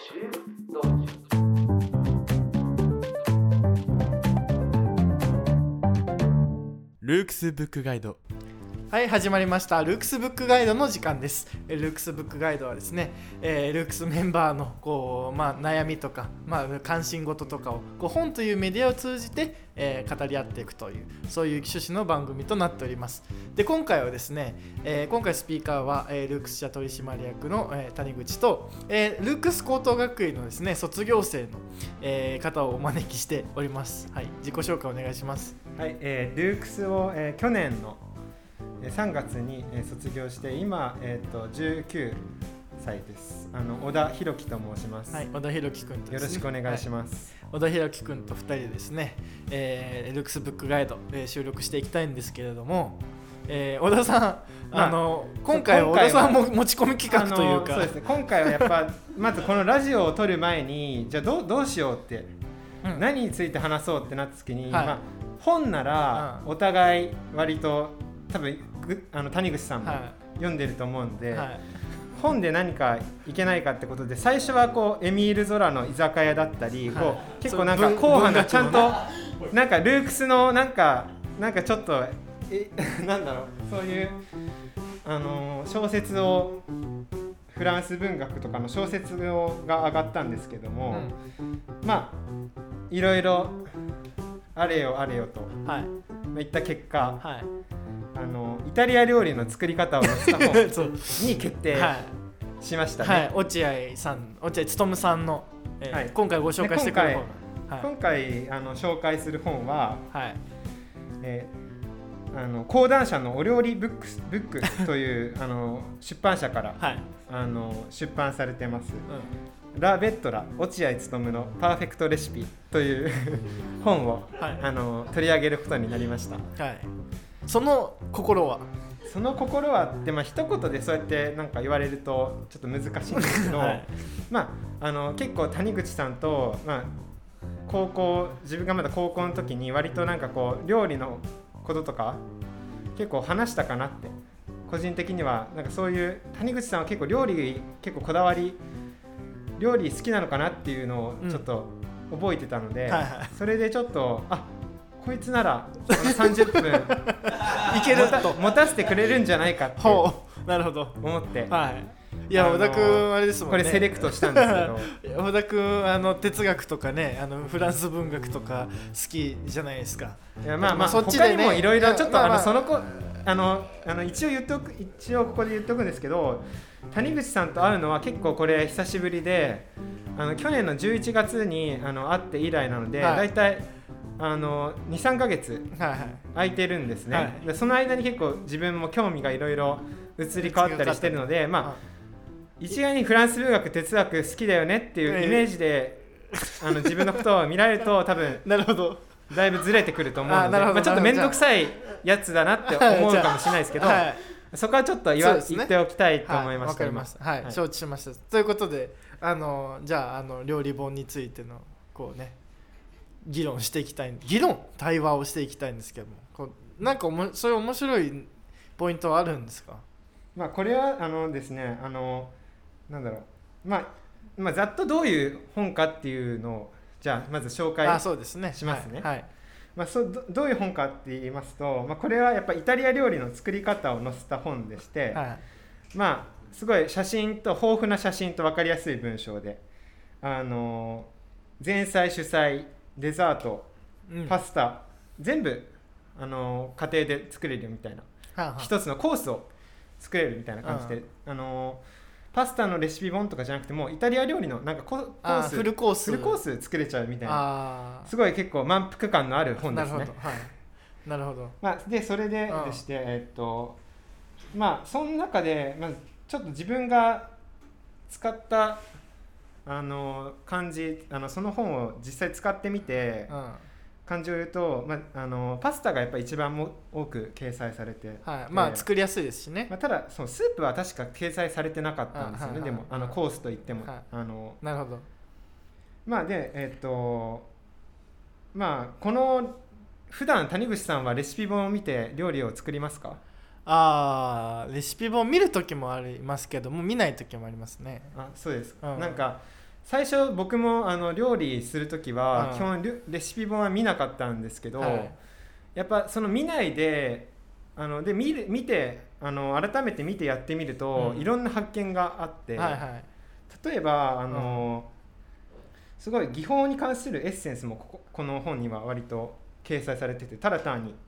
主流道場。 ルークスブックガイド。 はい、始まりましたルークスブックガイドの時間です。ルークスブックガイドはですね、ルークスメンバーの悩みとか、関心事とかを本というメディアを通じて、語り合っていくという、そういう趣旨の番組となっております。で、今回はですね、今回スピーカーは、ルークス社取締役の、谷口と、ルークス高等学院のですね卒業生の、方をお招きしております。はい、自己紹介お願いします。 はい、ルークスを、去年の3月に卒業して今、19歳です。小田博樹と申します。 はい、小田博樹君とですね、 よろしくお願いします。 はい、小田博樹君と2人でですね、ルークスブックガイド、収録していきたいんですけれども、小田さん、今回は小田さんも持ち込み企画というか、 そうですね、今回はやっぱまずこのラジオを撮る前にじゃあどうしようって、何について話そうってなった時に、本ならお互い割と多分谷口さんも読んでると思うんで、本で何かいけないかってことで、最初はエミール・ゾラの居酒屋だったり、結構なんか硬派なちゃんとなんかルークスのなんかちょっとなんだろう、そういう小説をフランス文学とかの小説が上がったんですけども、いろいろあれよと、いった結果、イタリア料理の作り方を載せた本に決定しましたね。 落合勉さんの、今回ご紹介してくれる本、今回紹介する本は、講談社のお料理ブックという出版社から、出版されてます、ラ・ベットラ落合勉のパーフェクトレシピという本を、取り上げることになりました。 その心はって、一言でそうやってなんか言われるとちょっと難しいんですけど、結構谷口さんと、自分がまだ高校の時に割となんか料理のこととか結構話したかなって、個人的にはなんかそういう谷口さんは結構料理結構こだわり、料理好きなのかなっていうのをちょっと覚えてたので、それでちょっとこいつなら30分いけると持たせてくれるんじゃないかって思って、 いや小田君あれですもんね、 これセレクトしたんですけど小田君哲学とかね、フランス文学とか好きじゃないですか。 いやそっちでね、他にもいろいろちょっとその子一応ここで言っとくんですけど、谷口さんと会うのは結構これ久しぶりで、去年の11月に会って以来なので、だいたい2、3ヶ月空いてるんですね。でその間に結構自分も興味がいろいろ移り変わったりしてるので、一概にフランス文学哲学好きだよねっていうイメージで、自分のことを見られると多分だいぶずれてくると思うので、ちょっと面倒くさいやつだなって思うかもしれないですけど、そこはちょっと言っておきたいと思いました。 わかりました。承知しました。ということでじゃあ料理本についての議論していきたい、対話をしていきたいんですけども、なんかそういう面白いポイントはあるんですか？ これはですね、なんだろう、ざっとどういう本かっていうのをじゃあまず紹介しますね。どういう本かって言いますと、これはやっぱりイタリア料理の作り方を載せた本でして、すごい豊富な写真と分かりやすい文章で、前菜主菜デザート、パスタ全部家庭で作れるみたいな、一つのコースを作れるみたいな感じで、パスタのレシピ本とかじゃなくてもイタリア料理のなんかコースフルコース作れちゃうみたいな、すごい結構満腹感のある本ですね。 なるほど。 でそれででしてその中でちょっと自分が使った感じ、その本を実際使ってみて、感じを言うと、パスタがやっぱり一番多く掲載されて、 作りやすいですしね。 ただそのスープは確か掲載されてなかったんですよね。でもコースといっても、 なるほど。 でこの普段谷口さんはレシピ本を見て料理を作りますか？ レシピ本見る時もありますけども、見ない時もありますね。 そうです。なんか最初僕も料理するときはうん基本レシピ本は見なかったんですけど、 はいやっぱその見ないでで見て改めて見てやってみると、 うんいろんな発見があって、 はいはい。 例えばすごい技法に関するエッセンスもこの本には割と掲載されてて、ただ単に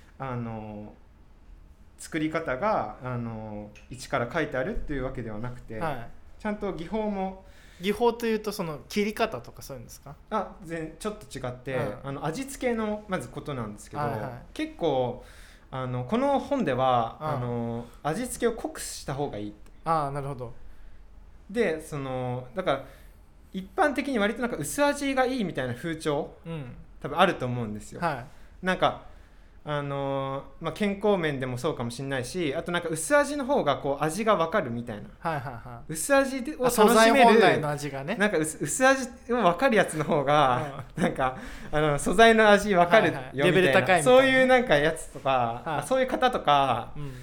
作り方が一から書いてあるっていうわけではなくて、 はちゃんと技法もい、技法というとその切り方とかそういうんですか？ ちょっと違って、 う味付けのまずことなんですけど、 はいはい結構この本ではう味付けを濃くした方がいいああなるほど。 でだから一般的に割となんか薄味がいいみたいな風潮うん多分あると思うんですよ。 はなんか健康面でもそうかもしれないし、あとなんか薄味の方がこう味が分かるみたいな、 いはいはいは薄味をい。素楽しめ材本来るの味がね。 なんか薄味を分かるやつの方が、なんか素材の味分かるよみたいな、 レベル高いみたいなそういうなんかやつとか、 はいそういう方とかうん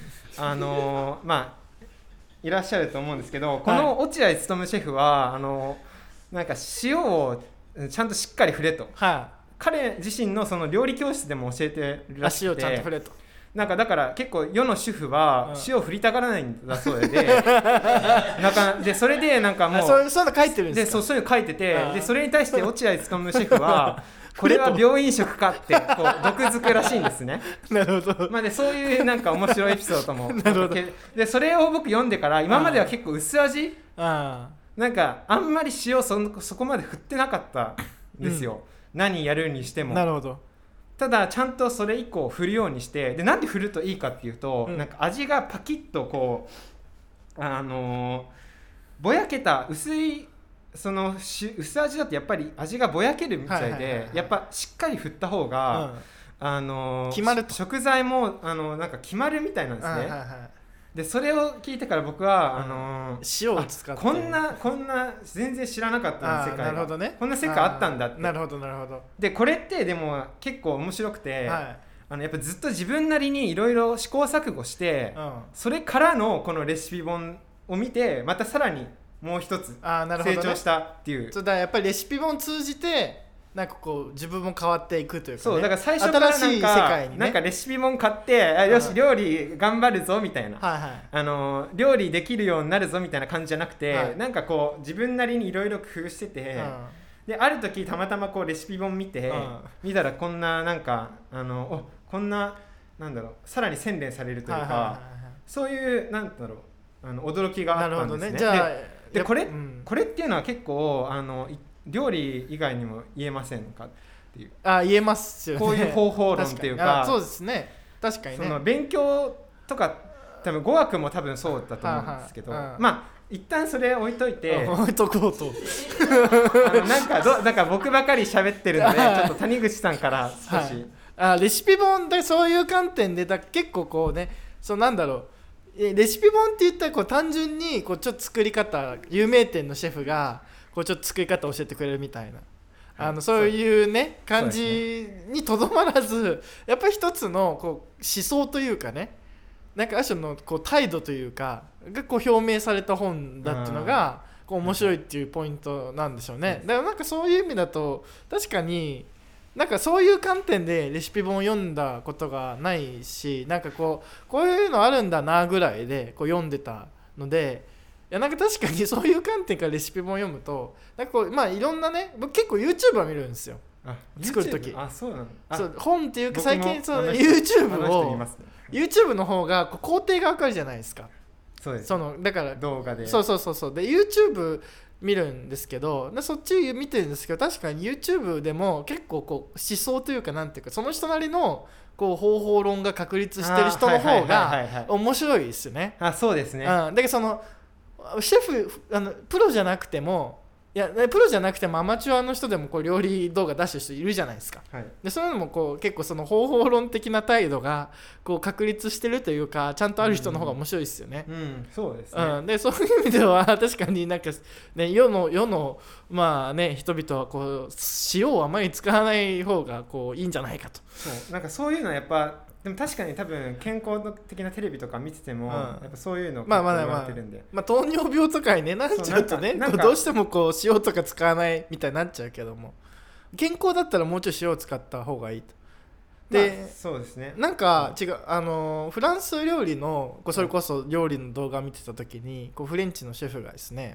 いらっしゃると思うんですけど、この落合務シェフはなんか塩をちゃんとしっかり振れと、 は彼自身のその料理教室でも教えてるい。 らしく足をちゃんとて、 触れと。 なんかだから結構世の主婦はうん塩を振りたがらないんだそうで、でそれでなんかもうそういうの書いてるんですか？ そういうの書いてて、 あーでそれに対して落合務シェフはこれは病院食かってこう毒づくらしいんですね。 なるほど。 でそういうなんか面白いエピソードもなるほどでそれを僕読んでから今までは結構薄味あなんかあんまり塩そこまで振ってなかったんですよ、何やるにしてあも。 なるほど。 ただちゃんとそれ以降振るようにして、でなんで振るといいかっていうと、 うんなんか味がパキッとこうぼやけた薄い薄味だとやっぱり味がぼやけるみたいで、やっぱしっかり振った方が、 決まると食材もなんか決まるみたいなんですね、 はいはいはい。 でそれを聞いてから僕は、 塩を使ってこんな全然知らなかった世界がなるほどね。 こんな世界あったんだって。 なるほどなるほど。 でこれってでも結構面白くて、 はいやっぱずっと自分なりにいろいろ試行錯誤して、 うんそれからのこのレシピ本を見てまたさらにもう一つなるほどね。 成長したっていう。 そうだやっぱりレシピ本を通じてなんかこう自分も変わっていくというか、ね、 そうだから最初から新しい世界にねなんかレシピ本買ってよし料理頑張るぞみたいな、 はいはい、 料理できるようになるぞみたいな感じじゃなくて、 はいなんかこう自分なりにいろいろ工夫してて、である時たまたまこうレシピ本見て、見たらこんななんかこんななんだろうさらに洗練されるというか、 はいはいはいはい、 そういうなんだろう驚きがあったんですね。 なるほどね。じゃあでこれっていうのは結構料理以外にも言えませんかっていう。 言えますよね。 こういう方法論っていうかそうですね。確かにね。 その勉強とか多分語学も多分そうだと思うんですけど、一旦それ置いといて置いとこうとなんか僕ばかり喋ってるのでちょっと谷口さんから少し、 レシピ本でそういう観点で結構こうね、なんだろう、レシピ本って言ったらこう単純にこうちょっと作り方、有名店のシェフがこうちょっと作り方を教えてくれるみたいな、そういうね感じにとどまらず、やっぱり一つのこう思想というかね、なんかある種のこう態度というかがこう表明された本だっていうのがこう面白いっていうポイントなんでしょうね。だからなんかそういう意味だと確かになんかそういう観点でレシピ本を読んだことがないし、なんかこういうのあるんだなぐらいでこう読んでたので、いやなんか確かにそういう観点からレシピ本を読むとなんかこういろんなね、僕結構 YouTube は見るんですよ。作るとき。 そうなの。 そう本っていうか最近YouTube の方がこう工程がわかるじゃないですか。 そうです。 だから動画で。 そうで YouTube見るんですけど、そっち見てるんですけど、確かに YouTube でも結構こう思想というかなんていうかその人なりのこう方法論が確立してる人の方が面白いですよね。 そうですね。 だけどシェフプロじゃなくてもプロじゃなくてもアマチュアの人でもこう料理動画出してる人いるじゃないですか、でそういうのもこう結構その方法論的な態度がこう確立してるというかちゃんとある人の方が面白いですよね。 そうですね。 でそういう意味では確かになんか、ね、世の人々はこう塩をあまり使わない方がこういいんじゃないかと。 なんかそういうのはやっぱでも確かに多分健康的なテレビとか見てても、やっぱそういうの結構言われてるんで、 糖尿病とかにねなっちゃうとね、こうどうしてもこう塩とか使わないみたいになっちゃうけども、健康だったらもうちょい塩を使った方がいいと。で、 そうですね。 なんか違うフランス料理のそれこそ料理の動画見てた時にこうフレンチのシェフがですね、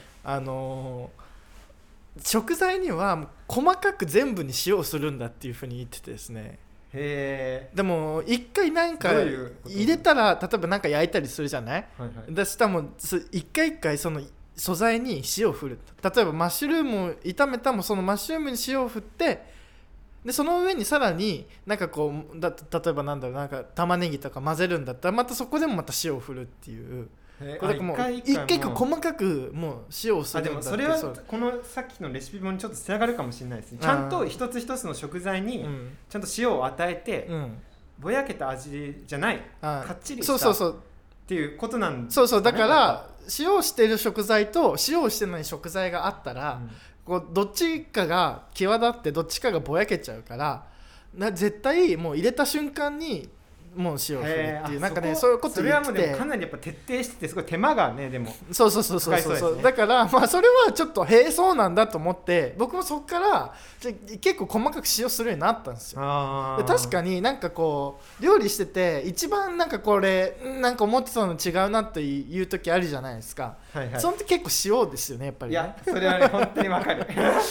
食材には細かく全部に塩をするんだっていう風に言っててですね。 へー。 でも一回なんか入れたら例えばなんか焼いたりするじゃない、でしたらもう一回一回その素材に塩を振る。例えばマッシュルームを炒めたもそのマッシュルームに塩を振って、でその上にさらになんかこう例えばなんだろう、なんか玉ねぎとか混ぜるんだったらまたそこでもまた塩を振るっていう、これもう一回一回細かくもう塩をするんだって。 でもそれはこのさっきのレシピ本にちょっとつながるかもしれないですね。ちゃんと一つ一つの食材にちゃんと塩を与えて、ぼやけた味じゃない、かっちりしたっていうことなんですね。 そうだから塩をしてる食材と塩をしてない食材があったら、こうどっちかが際立ってどっちかがぼやけちゃうから、絶対もう入れた瞬間にもう塩を振るっていう、なんかねそういうこと言ってて、 それはもうでもかなりやっぱ徹底しててすごい手間がね、でもそうだからまあそれはちょっとそうなんだと思って、僕もそこから結構細かく塩するようになったんですよ。で確かになんかこう料理してて一番なんかこれなんか思ってたの違うなっていう時あるじゃないですか、その時結構塩ですよねやっぱりね。 いやそれはね本当にわかる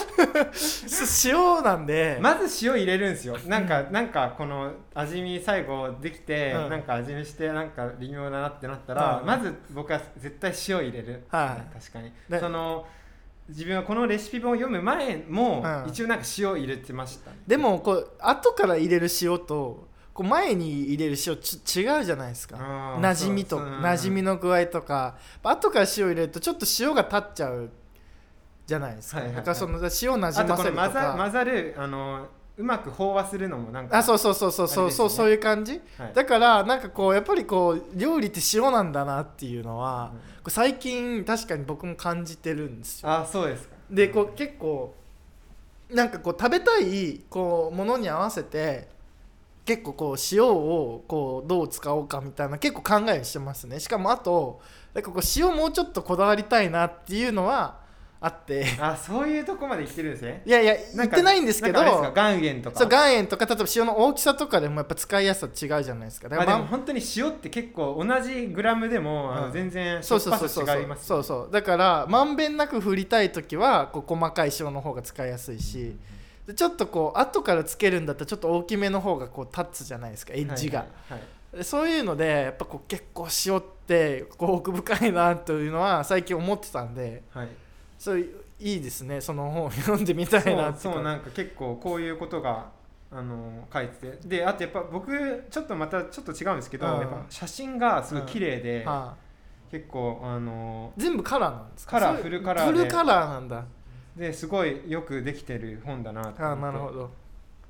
塩なんでまず塩入れるんですよ。なんかこの味見最後できて、なんか味見してなんか微妙だなってなったら、まず僕は絶対塩入れる、確かにその自分はこのレシピ本を読む前も、一応なんか塩入れてました、ね。 でもこう後から入れる塩とこう前に入れる塩違うじゃないですか。馴染みの具合とか後から塩入れるとちょっと塩が立っちゃうじゃないですか。だからその塩なじませるとか、 あとこの混ざるうまく飽和するのもなんかそういう感じ、だからなんかこうやっぱりこう料理って塩なんだなっていうのは、最近確かに僕も感じてるんですよ。 そうですか。 でこう結構なんかこう食べたいこうものに合わせて結構こう塩をこうどう使おうかみたいな結構考えしてますね。しかもあとなんかこう塩もうちょっとこだわりたいなっていうのはあって、 そういうとこまで行ってるんですね。 いや言ってないんですけど、 岩塩とか岩塩とか例えば塩の大きさとかでもやっぱ使いやすさ違うじゃないですか。だからでも本当に塩って結構同じグラムでも、全然しょっぱさ違います、ね、 そうだからまんべんなく振りたい時はこう細かい塩の方が使いやすいし、ちょっとこう後からつけるんだったらちょっと大きめの方がこう立つじゃないですか、エッジが、そういうのでやっぱこう結構塩ってこう奥深いなというのは最近思ってたんで、そういいですね、その本を読んでみたいなって。 そうなんか結構こういうことが書いてて、であとやっぱ僕ちょっとまたちょっと違うんですけど、やっぱ写真がすごい綺麗で、結構全部カラーなんですか？ フルカラーで、 フルカラーなんだ。 ですごいよくできてる本だなと思って。 なるほど。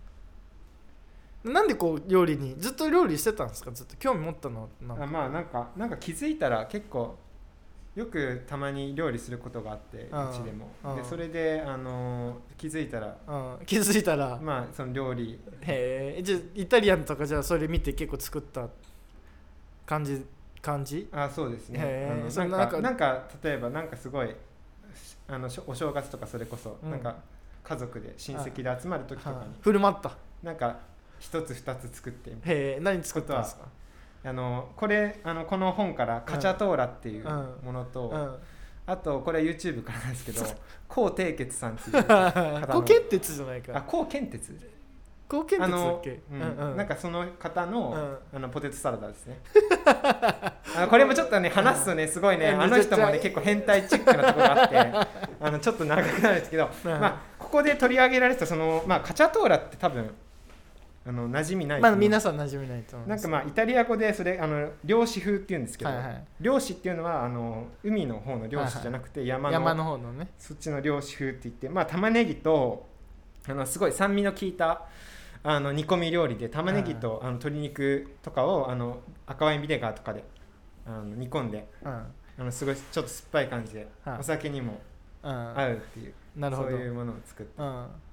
なんでこう料理にずっと料理してたんですか？ずっと興味持ったの？ なんか気づいたら結構よくたまに料理することがあって、うちでも。でそれで気づいたらまあその料理、 じゃあイタリアンとかじゃあそれ見て結構作った感じ？ そうですね。なんか例えばなんかすごいお正月とかそれこそ、なんか家族で親戚で集まる時とかに振る舞ったなんか一つ二つ作ってみたいな。何作ったんですか？ この本からカチャトーラっていうものと、あとこれ YouTube からなんですけど高低傑さんっていう方の高健鉄じゃないか。 高健鉄だっけ？ なんかその方のポテトサラダですね。これもちょっとね話すとねすごいね、あの人もね結構変態チックなところがあってちょっと長くなるんですけど、ここで取り上げられてたそのカチャトーラって多分馴染みない、 皆さん馴染みないと思います。 なんかイタリア語でそれ漁師風っていうんですけど、漁師っていうのは海の方の漁師じゃなくて山の方のね、 そっちの漁師風って言って、玉ねぎとすごい酸味の効いた煮込み料理で玉ねぎと鶏肉とかを赤ワインビネガーとかで煮込んで、すごいちょっと酸っぱい感じでお酒にも合うっていう、そういうものを作って、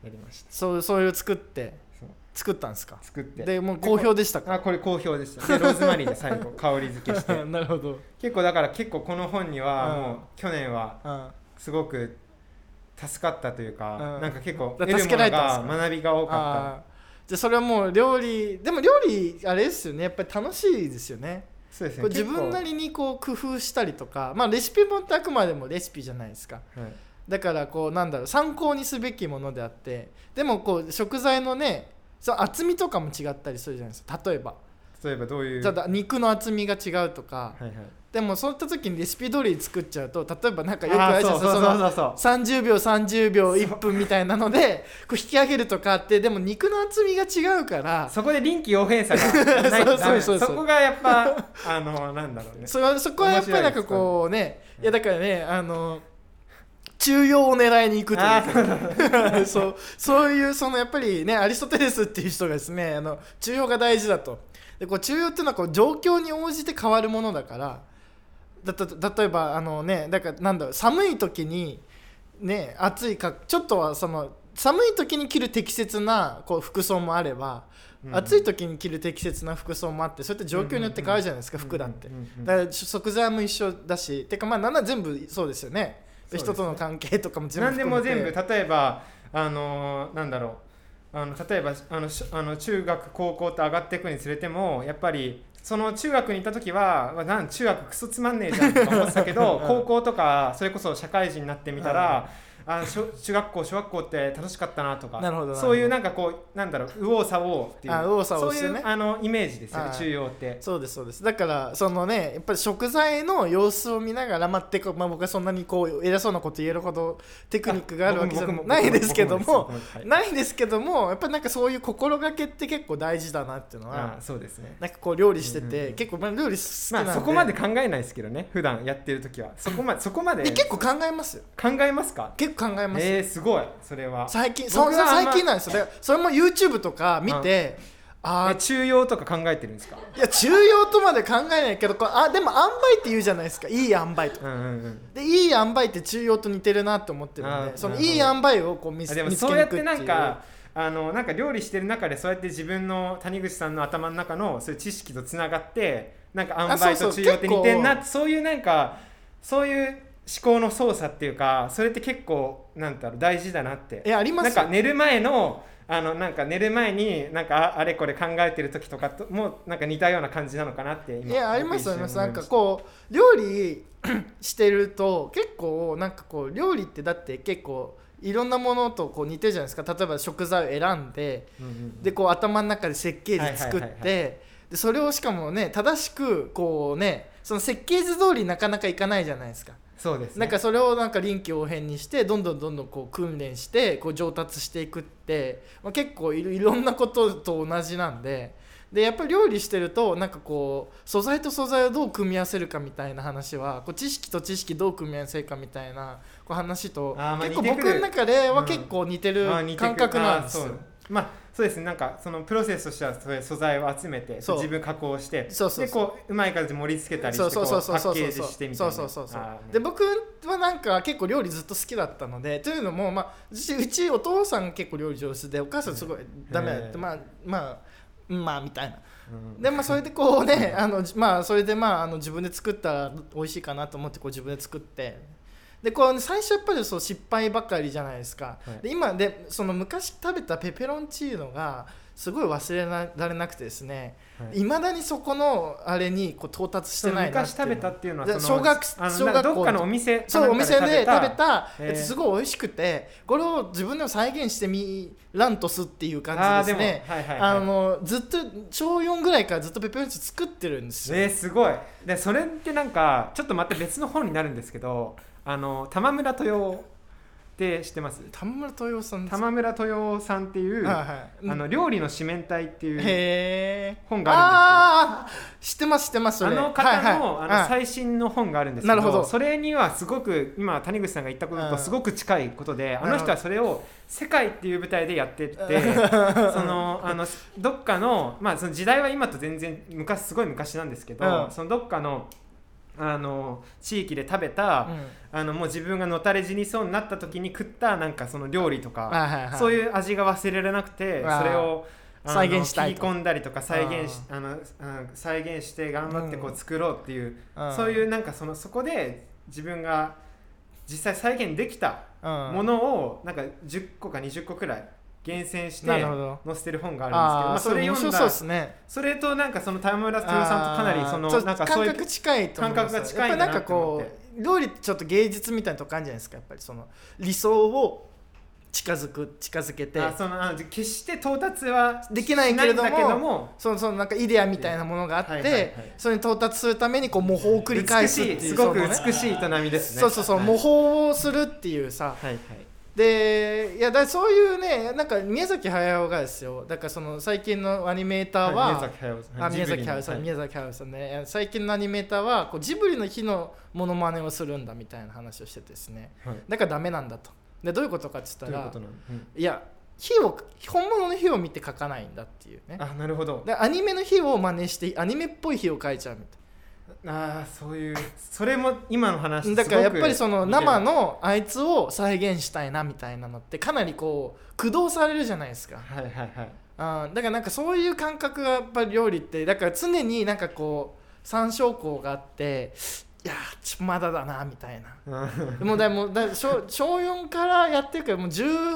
やりました。 そういう作ったんですか？ 作ってでもう好評でしたか？ これ好評でした。でローズマリーで最後香り付けしてなるほど。 結構この本にはもう去年はすごく助かったというか、なんか結構得るものが学びが多かった。 じゃあそれはもう料理あれですよね、やっぱり楽しいですよね。 そうですね、 こう自分なりにこう工夫したりとか、レシピ本ってあくまでもレシピじゃないですか、だからこう参考にすべきものであって、でもこう食材のねその厚みとかも違ったりするじゃないですか。例えばどういうただ肉の厚みが違うとか、でもそういった時にレシピ通りに作っちゃうと、例えばなんかよくあるじゃないですか、30秒30秒1分みたいなのでこう引き上げるとかあって、でも肉の厚みが違うからそこで臨機応変さがないとそこがやっぱなんだろうね、 そこはやっぱりなんかこうね、いやだからね中庸を狙いに行くというそういうやっぱりねアリストテレスっていう人がですね中庸が大事だと。でこう中庸っていうのはこう状況に応じて変わるものだから、例えばだから寒い時にね暑いかちょっとは寒い時に着る適切なこう服装もあれば、暑い時に着る適切な服装もあって、そういった状況によって変わるじゃないですか、服だって。だから食材も一緒だし、てかなんなら全部そうですよね。人との関係とかも全部含めて、 何でも全部、例えばなんだろう、例えば中学高校と上がっていくにつれても、やっぱりその中学に行った時は中学クソつまんねえじゃんとか思ってたけど高校とかそれこそ社会人になってみたら、中学校小学校って楽しかったなとか、そういうなんかこう右往左往っていう、そういうイメージですよね、中庸って。 そうですだからやっぱり食材の様子を見ながら僕はそんなにこう偉そうなこと言えるほどテクニックがあるわけじゃないですけどもやっぱりなんかそういう心がけって結構大事だなっていうのは、 そうですね、 なんかこう料理してて、結構料理好きなんで、 そこまで考えないですけどね、普段やってる時はそこまで結構考えますよ。 考えますか？ 結構考えます。 すごい。それは最近なんですよ。それも YouTube とか見て、 中庸とか考えてるんですか？ いや中庸とまで考えないけど、でも塩梅って言うじゃないですか、いい塩梅とか、でいい塩梅って中庸と似てるなって思ってるんで、そのいい塩梅をこう見つけに行くっていう。 でもそうやってなんか料理してる中でそうやって自分の谷口さんの頭の中のそういう知識とつながって、なんか塩梅と中庸って似てんなって、そういうなんかそういう思考の操作っていうか、それって結構大事だなって。 ありますよ。 なんか寝る前になんかあれこれ考えてる時とかともなんか似たような感じなのかなって今。 ありますなんかこう料理してると結構なんかこう料理ってだって結構いろんなものとこう似てるじゃないですか。例えば食材を選んで、でこう頭の中で設計図作って、でそれをしかもね正しくこうねその設計図通りなかなかいかないじゃないですか。 そうですね、 なんかそれをなんか臨機応変にしてどんどんこう訓練してこう上達していくって、結構いろんなことと同じなんで、やっぱり料理してるとなんかこう素材と素材をどう組み合わせるかみたいな話は、こう知識と知識どう組み合わせるかみたいなこう話と結構僕の中では結構似てる感覚なんですよ。 そうですね、なんかそのプロセスとしてはそれ素材を集めて自分加工して、でこううまい形で盛り付けたりしてパッケージしてみたいな。 で僕はなんか結構料理ずっと好きだったので、というのもうちお父さん結構料理上手で、お母さんすごいダメだってみたいな、でそれでこうねそれで自分で作ったら美味しいかなと思ってこう自分で作って、でこう最初やっぱり失敗ばかりじゃないですか、で今でその昔食べたペペロンチーノがすごい忘れられなくてですね、いまだにそこのあれにこう到達してないなっていう。 昔食べたっていうのは小学校どっかのお店で食べたすごい美味しくて、これを自分でも再現してみラントスっていう感じですね。ずっと小4ぐらいからずっとペペロンチーノ作ってるんですよ。 すごい。でそれってなんかちょっとまた別の本になるんですけど、玉村豊夫って知ってます？ 玉村豊夫さんっていう、料理の四面体っていう本があるんですけど、知ってますそれ。 方の、最新の本があるんですけど、それにはすごく今谷口さんが言ったこととすごく近いことで、あの人はそれを世界っていう舞台でやっててどっかのその時代は今と全然すごい昔なんですけど、そのどっかの地域で食べた、もう自分がのたれ死にそうになった時に食ったなんかその料理とか、 はいはい、 そういう味が忘れられなくて、それを再現したいと切り込んだりとか再現して頑張ってこう作ろうっていう、そういうなんかそこで自分が実際再現できたものをなんか10個か20個くらい厳選して載せてる本があるんですけど、それ読んだ、 そうですね、 それとなんかその田村豊さんとかなりなんかそういう感覚近いと思います。 感覚が近いんだなと思って、 やっぱりなんかこう料理ってちょっと芸術みたいなとこあるんじゃないですか。やっぱりその理想を近づけて、 決して到達はできないけれども、そのなんかイデアみたいなものがあって、それに到達するためにこう模倣を繰り返すっていう、 すごく美しい営みですね。 そう、模倣をするっていうさ、で、いやだそういうね、なんか宮崎駿がですよ、だからその最近のアニメーターは、宮崎駿さんね、最近のアニメーターはこうジブリの火のモノマネをするんだみたいな話をしててですね、だからダメなんだと。でどういうことかって言ったら、いや本物の火を見て描かないんだっていうね。 なるほど。 でアニメの火を真似してアニメっぽい火を描いちゃうみたい。 そういう、それも今の話すごくだからやっぱりその生のあいつを再現したいなみたいなのってかなりこう駆動されるじゃないですか。だからなんかそういう感覚がやっぱり料理って、だから常になんかこう参照項があって、いやまだだなみたいなもう小4からやってるからもう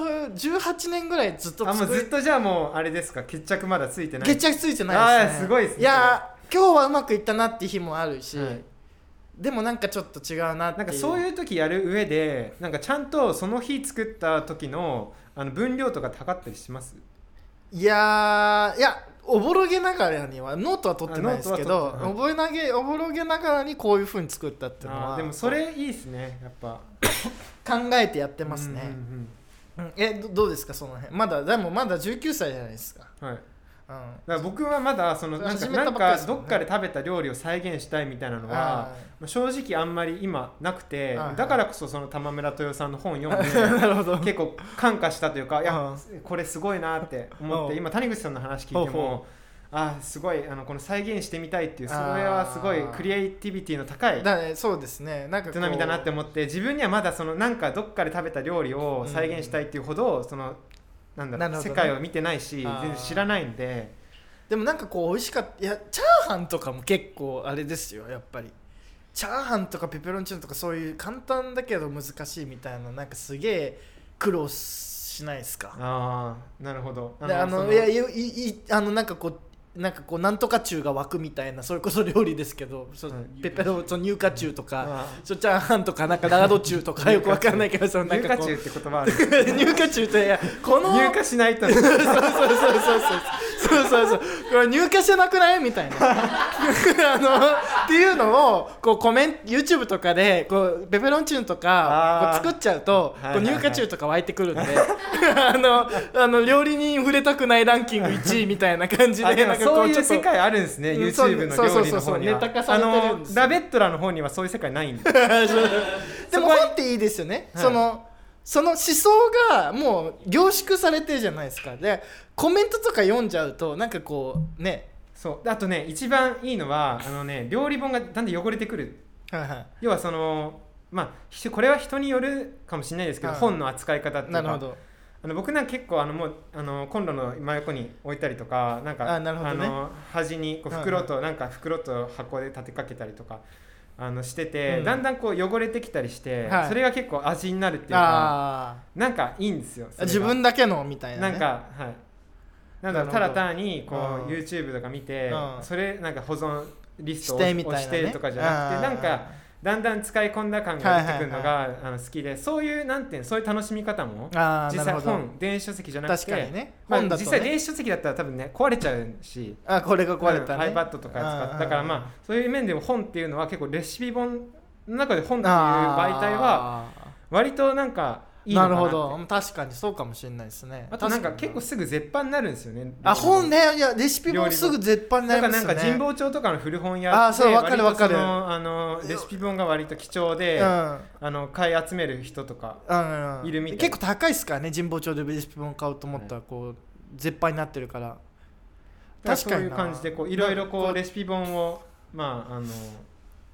18年ぐらいずっとずっとじゃあもうあれですか、決着まだついてない。 決着ついてないですね。 すごいですね。 いや今日はうまくいったなっていう日もあるし、でもなんかちょっと違うなっていう。 なんかそういう時やる上でなんかちゃんとその日作った時の分量とか測ったりします？ いやおぼろげながらにはノートは取ってないですけど、おぼろげながらにこういう風に作ったっていうのはでもそれいいですね、やっぱ考えてやってますね。どうですかその辺。でもまだ19歳じゃないですか。 だから僕はまだなんかどっかで食べた料理を再現したいみたいなのは正直あんまり今なくて、だからこそその玉村豊さんの本読んで結構感化したというか、いやこれすごいなって思って、今谷口さんの話聞いてもすごいこの再現してみたいっていう、それはすごいクリエイティビティの高いそうですね、なんか営みだなって思って、自分にはまだなんかどっかで食べた料理を再現したいっていうほどなんだろう、世界を見てないし全然知らないんで。 でもなんかこう美味しかった。いやチャーハンとかも結構あれですよ、やっぱりチャーハンとかペペロンチーノとかそういう簡単だけど難しいみたいな、なんかすげえ苦労しないですか。 なるほど。 でなんかこうなんとか中が湧くみたいな、それこそ料理ですけど、ペペロン乳化中とかチャーハンとかなんかラード中とかよくわかんないけど、 乳化中って言葉ある。 乳化中ってこの乳化しないと。 そうこれ入荷してなくないみたいなっていうのをこうYouTube とかでこうペペロンチーノとかこう作っちゃうと、こう入荷中とか湧いてくるんで料理人触れたくないランキング1位みたいな感じでなんかそういう世界あるんですね、YouTube の料理の方には。 ネタ化されてるんですよ。 ラベットラの方にはそういう世界ないんで。 でも本っていいですよね、その思想がもう凝縮されてるじゃないですか。でコメントとか読んじゃうとなんかこうね、 そうあとね一番いいのは料理本がだんだん汚れてくる。要はこれは人によるかもしれないですけど、本の扱い方っていうか。なるほど。僕なんか結構もうコンロの真横に置いたりとか、なんか端にこう袋と箱で立てかけたりとかしてて、だんだんこう汚れてきたりして、それが結構味になるっていうか、なんかいいんですよ。 自分だけのみたいなね。 なんだろう、ただ単にこう YouTube とか見て、それなんか保存リストを押してとかじゃなくて、なんかだんだん使い込んだ感が出てくるのが好きで、そういうそういう楽しみ方も実際電子書籍じゃなくて、実際電子書籍だったら多分ね壊れちゃうし、 これが壊れたね、 iPad とか使ってだからそういう面でも本っていうのは結構レシピ本の中で本っていう媒体は割となんかいいのかなって。なるほど、確かにそうかもしれないですね。 あとなんか結構すぐ絶版になるんですよね。 本ね、いやレシピ本すぐ絶版になりますよね。 なんか神保町とかの古本屋ってわかるわかる。 レシピ本が割と貴重で、買い集める人とかいるみたい。 結構高いですからね、神保町でレシピ本買おうと思ったらこう絶版になってるから。 確かにそういう感じでいろいろレシピ本を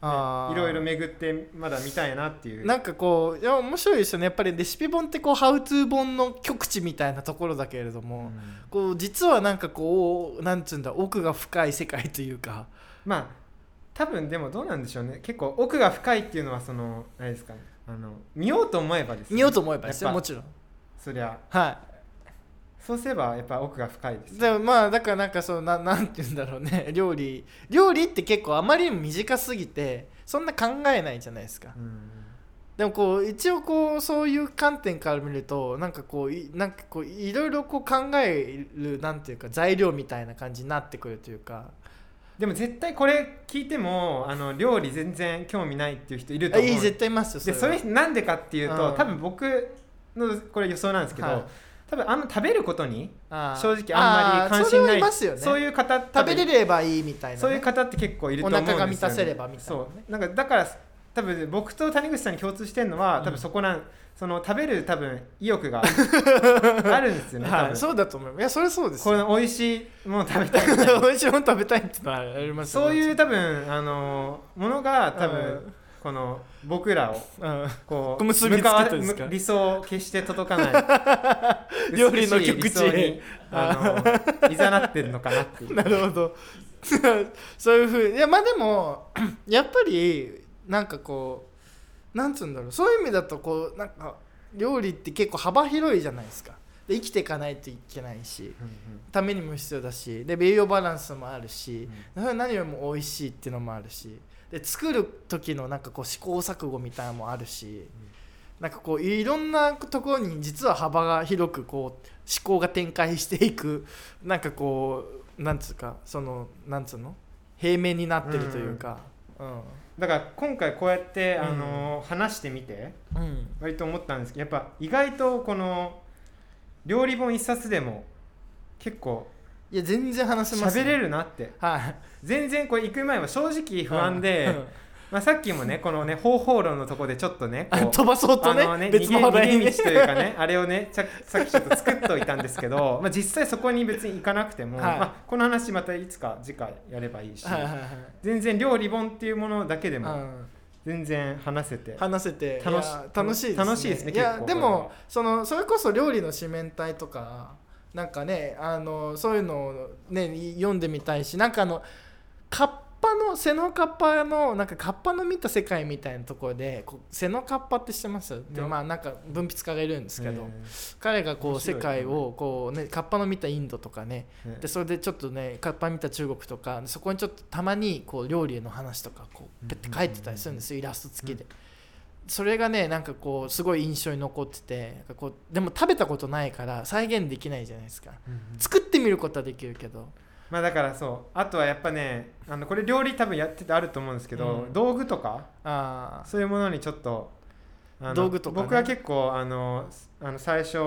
いろいろ巡ってまだ見たいなっていう。 なんかこういや面白いですよねやっぱりレシピ本ってこうハウトゥー本の極致みたいなところだけれども、こう実はなんかこうなんつうんだ奥が深い世界というか、 まあ多分でもどうなんでしょうね、結構奥が深いっていうのはそのあれですかね、見ようと思えばですね、 見ようと思えばですよもちろん。 そりゃはいそうすればやっぱ奥が深いです。 でもまあだからなんかそうなんて言うんだろうね料理って結構あまりにも短すぎてそんな考えないじゃないですか、でもこう一応こうそういう観点から見るとなんかこういろいろこう考えるなんていうか材料みたいな感じになってくるというか。 でも絶対これ聞いても料理全然興味ないっていう人いると思う。 絶対いますよ。 でそれなんでかっていうと、多分僕のこれ予想なんですけど、多分食べることに正直あんまり関心ない、そういう方食べれればいいみたいな、 そういう方って結構いると思うんですよね。 お腹が満たせればみたいな、 そうなんかだから多分僕と谷口さんに共通してるのは多分そこその食べる多分意欲があるんですよね多分。 そうだと思う。いやそれそうです、 この美味しいもの食べたい美味しいもの食べたいってのはありますよね。 そういう多分ものが多分この僕らをこう結びつけたんですか。 理想を決して届かない料理の極致にいざなってるのかなっていう。 なるほどそういうふうに。いやまあでもやっぱりなんかこうなんつうんだろう、そういう意味だとこうなんか料理って結構幅広いじゃないですか。で生きていかないといけないし、ためにも必要だし、で栄養バランスもあるし、何よりも美味しいっていうのもあるし、で作る時のなんかこう試行錯誤みたいなのもあるし、なんかこういろんなところに実は幅が広くこう思考が展開していく、なんかこうなんつうかそのなんつうの平面になってるというか、 だから今回こうやって、話してみて、割と思ったんですけど、やっぱ意外とこの料理本一冊でも結構いや全然話せます、 喋れるなって、全然これ行く前は正直不安で、まあ、さっきもねこのね方法論のところでちょっとねこう飛ばそうとね別の話題に逃げ道というかねあれをねさっきちょっと作っといたんですけどまあ実際そこに別に行かなくても、まあ、この話またいつか次回やればいいし、全然料理本っていうものだけでも全然話せて楽しいですね。 楽しいですね。 いやでもそれこそ料理の四面体とかなんかねそういうのをね読んでみたいし、なんかカッパの背のカッパのなんかカッパの見た世界みたいなところで背のカッパって知ってます？でまあなんか文筆家がいるんですけど、彼がこう世界をこうねカッパの見たインドとかね、でそれでちょっとねカッパ見た中国とか、そこにちょっとたまにこう料理の話とかこうペッて書いてたりするんですよ、イラスト付きで。それがねなんかこうすごい印象に残ってて、なんかこうでも食べたことないから再現できないじゃないですか、作ってみることはできるけど。 まあだからそうあとはやっぱねこれ料理多分やっててあると思うんですけど、道具とかそういうものにちょっと道具とか、ね、 僕は結構最初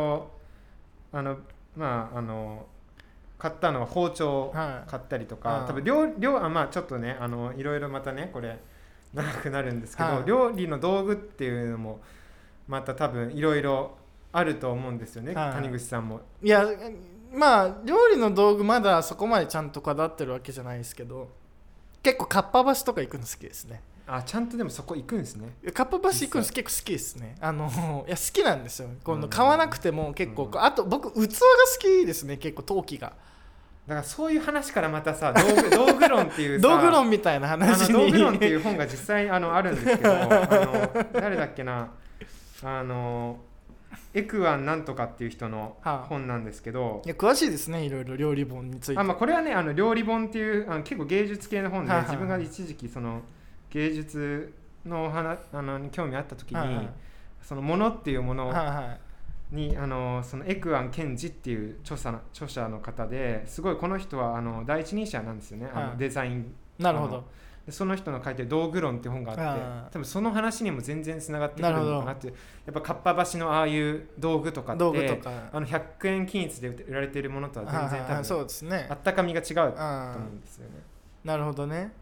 まあ買ったのは包丁を買ったりとか、多分まあちょっとねいろいろまたねこれ長くなるんですけど、料理の道具っていうのもまた多分いろいろあると思うんですよね、谷口さんも。 いやまあ料理の道具まだそこまでちゃんとこだわってるわけじゃないですけど、結構かっぱ橋とか行くの好きですね。 ちゃんとでもそこ行くんですね。 かっぱ橋行くの結構好きですね。いや好きなんですよ。今度買わなくても結構、あと僕器が好きですね、結構陶器が。 だからそういう話からまたさ道具論っていうさ道具論みたいな話に道具論っていう本が実際あるんですけど誰だっけなエクアンなんとかっていう人の本なんですけど、 いや詳しいですね、いろいろ料理本について。 まあ、これはね料理本っていう結構芸術系の本で、自分が一時期その芸術のに興味あった時に、そのものっていうものにそのエクアン・ケンジっていう著者の方ですごいこの人は第一人者なんですよね、デザイン。 なるほど。 その人の書いてる道具論っていう本があって、多分その話にも全然つながってくるのかなって。やっぱかっぱ橋のああいう道具とかって100円均一で売られているものとは全然多分そうですね、 あったかみが違うと思うんですよね。 なるほどね。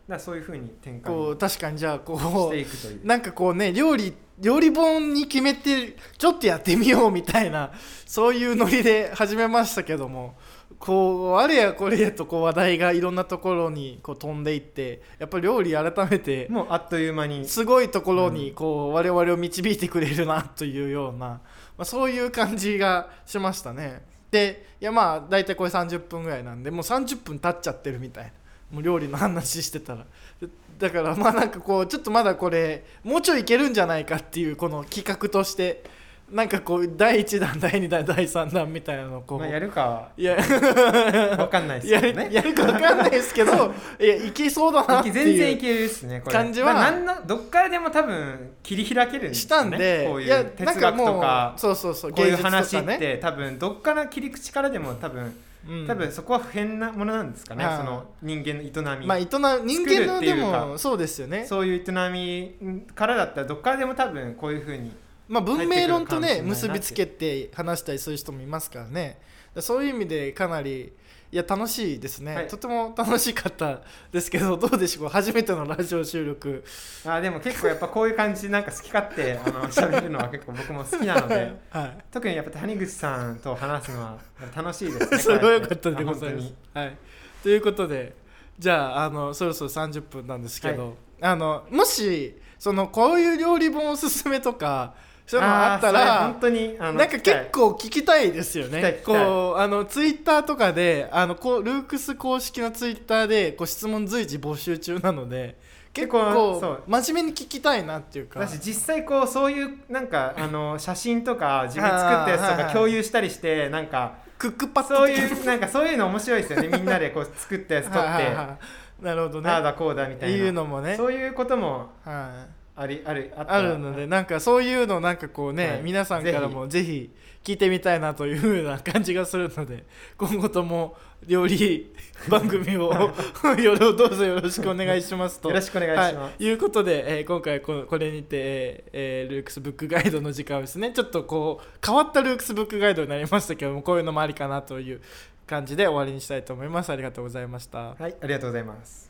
からそういう風に展開こう確かにじゃあこしていくといううなんかこうね料理本に決めてちょっとやってみようみたいなそういうノリで始めましたけども、こうあれやこれやとこう話題がいろんなところにこう飛んでいって、やっぱり料理改めてもうあっという間にすごいところにこう我々を導いてくれるなというような、まあ、そういう感じがしましたね。でいやまあ大体これ30分ぐらいなんでもう30分経っちゃってるみたいな、もう料理の話してたら、だからまあなんかこうちょっとまだこれもうちょいいけるんじゃないかっていうこの企画としてなんかこう第1弾第2弾第3弾みたいなのをこう、 まあ、やるかはいや分かんないですけどねやるか分かんないですけどいやいけそうだなっていう全然いけるですねこれ感じは、 まあ、どっからでも多分切り開けるんですよねしたんで、 こういう哲学とかそうそうそうこういう芸術とか話っねて多分どっから切り口からでも多分そこは不変なものなんですかね、その人間の営み、 まあ人間のでもそうですよね、 そういう営みからだったらどっからでも多分こういうふうにまあ文明論とね結びつけて話したりする人もいますからね、そういう意味でかなりいや楽しいですね、はい、とても楽しかったですけど、どうでしょう初めてのラジオ収録。 でも結構やっぱこういう感じでなんか好き勝手喋るのは結構僕も好きなので、はい、特にやっぱ谷口さんと話すのは楽しいですねそれは良かったでございます、はい、ということでじゃあそろそろ30分なんですけど、はい、もしこういう料理本おすすめとかそういうのあったら本当になんか結構聞きたいですよね。こうツイッターとかでこうルークス公式のツイッターでこう質問随時募集中なので結構真面目に聞きたいなっていうか、 私実際こうそういうなんか写真とか自分作ったやつとか共有したりしてなんかクックパッドそういうなんかそういうの面白いですよねみんなでこう作ったやつ撮ってなるほどね、 ああだこうだみたいないうのもね、 そういうこともあるので、なんかそういうのなんかこうね、はい、皆さんからもぜひ聞いてみたいなという風な感じがするので、今後とも料理番組をどうぞよろしくお願いしますとよろしくお願いします、 はい、いうことで、今回これにて、ルークスブックガイドの時間をですね、ちょっとこう変わったルークスブックガイドになりましたけども、こういうのもありかなという感じで終わりにしたいと思います。ありがとうございました。 はい、ありがとうございます。